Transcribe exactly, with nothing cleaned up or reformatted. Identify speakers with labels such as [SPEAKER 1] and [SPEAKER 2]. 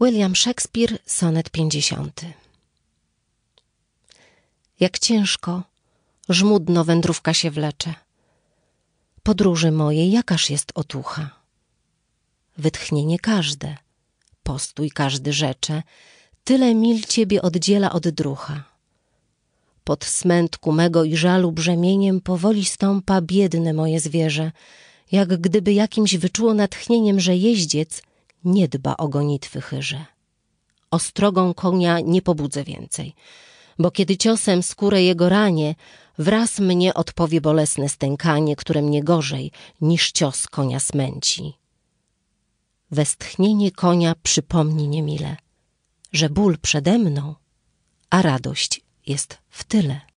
[SPEAKER 1] William Shakespeare, sonet pięćdziesiąty. Jak ciężko, żmudno wędrówka się wlecze. Podróży mojej jakaż jest otucha. Wytchnienie każde, postój każdy rzecze, tyle mil ciebie oddziela od drucha. Pod smętku mego i żalu brzemieniem powoli stąpa biedne moje zwierzę, jak gdyby jakimś wyczuło natchnieniem, że jeździec nie dba o gonitwy chyże. Ostrogą konia nie pobudzę więcej, bo kiedy ciosem skórę jego ranię, wraz mnie odpowie bolesne stękanie, które mnie gorzej niż cios konia smęci. Westchnienie konia przypomni niemile, że ból przede mną, a radość jest w tyle.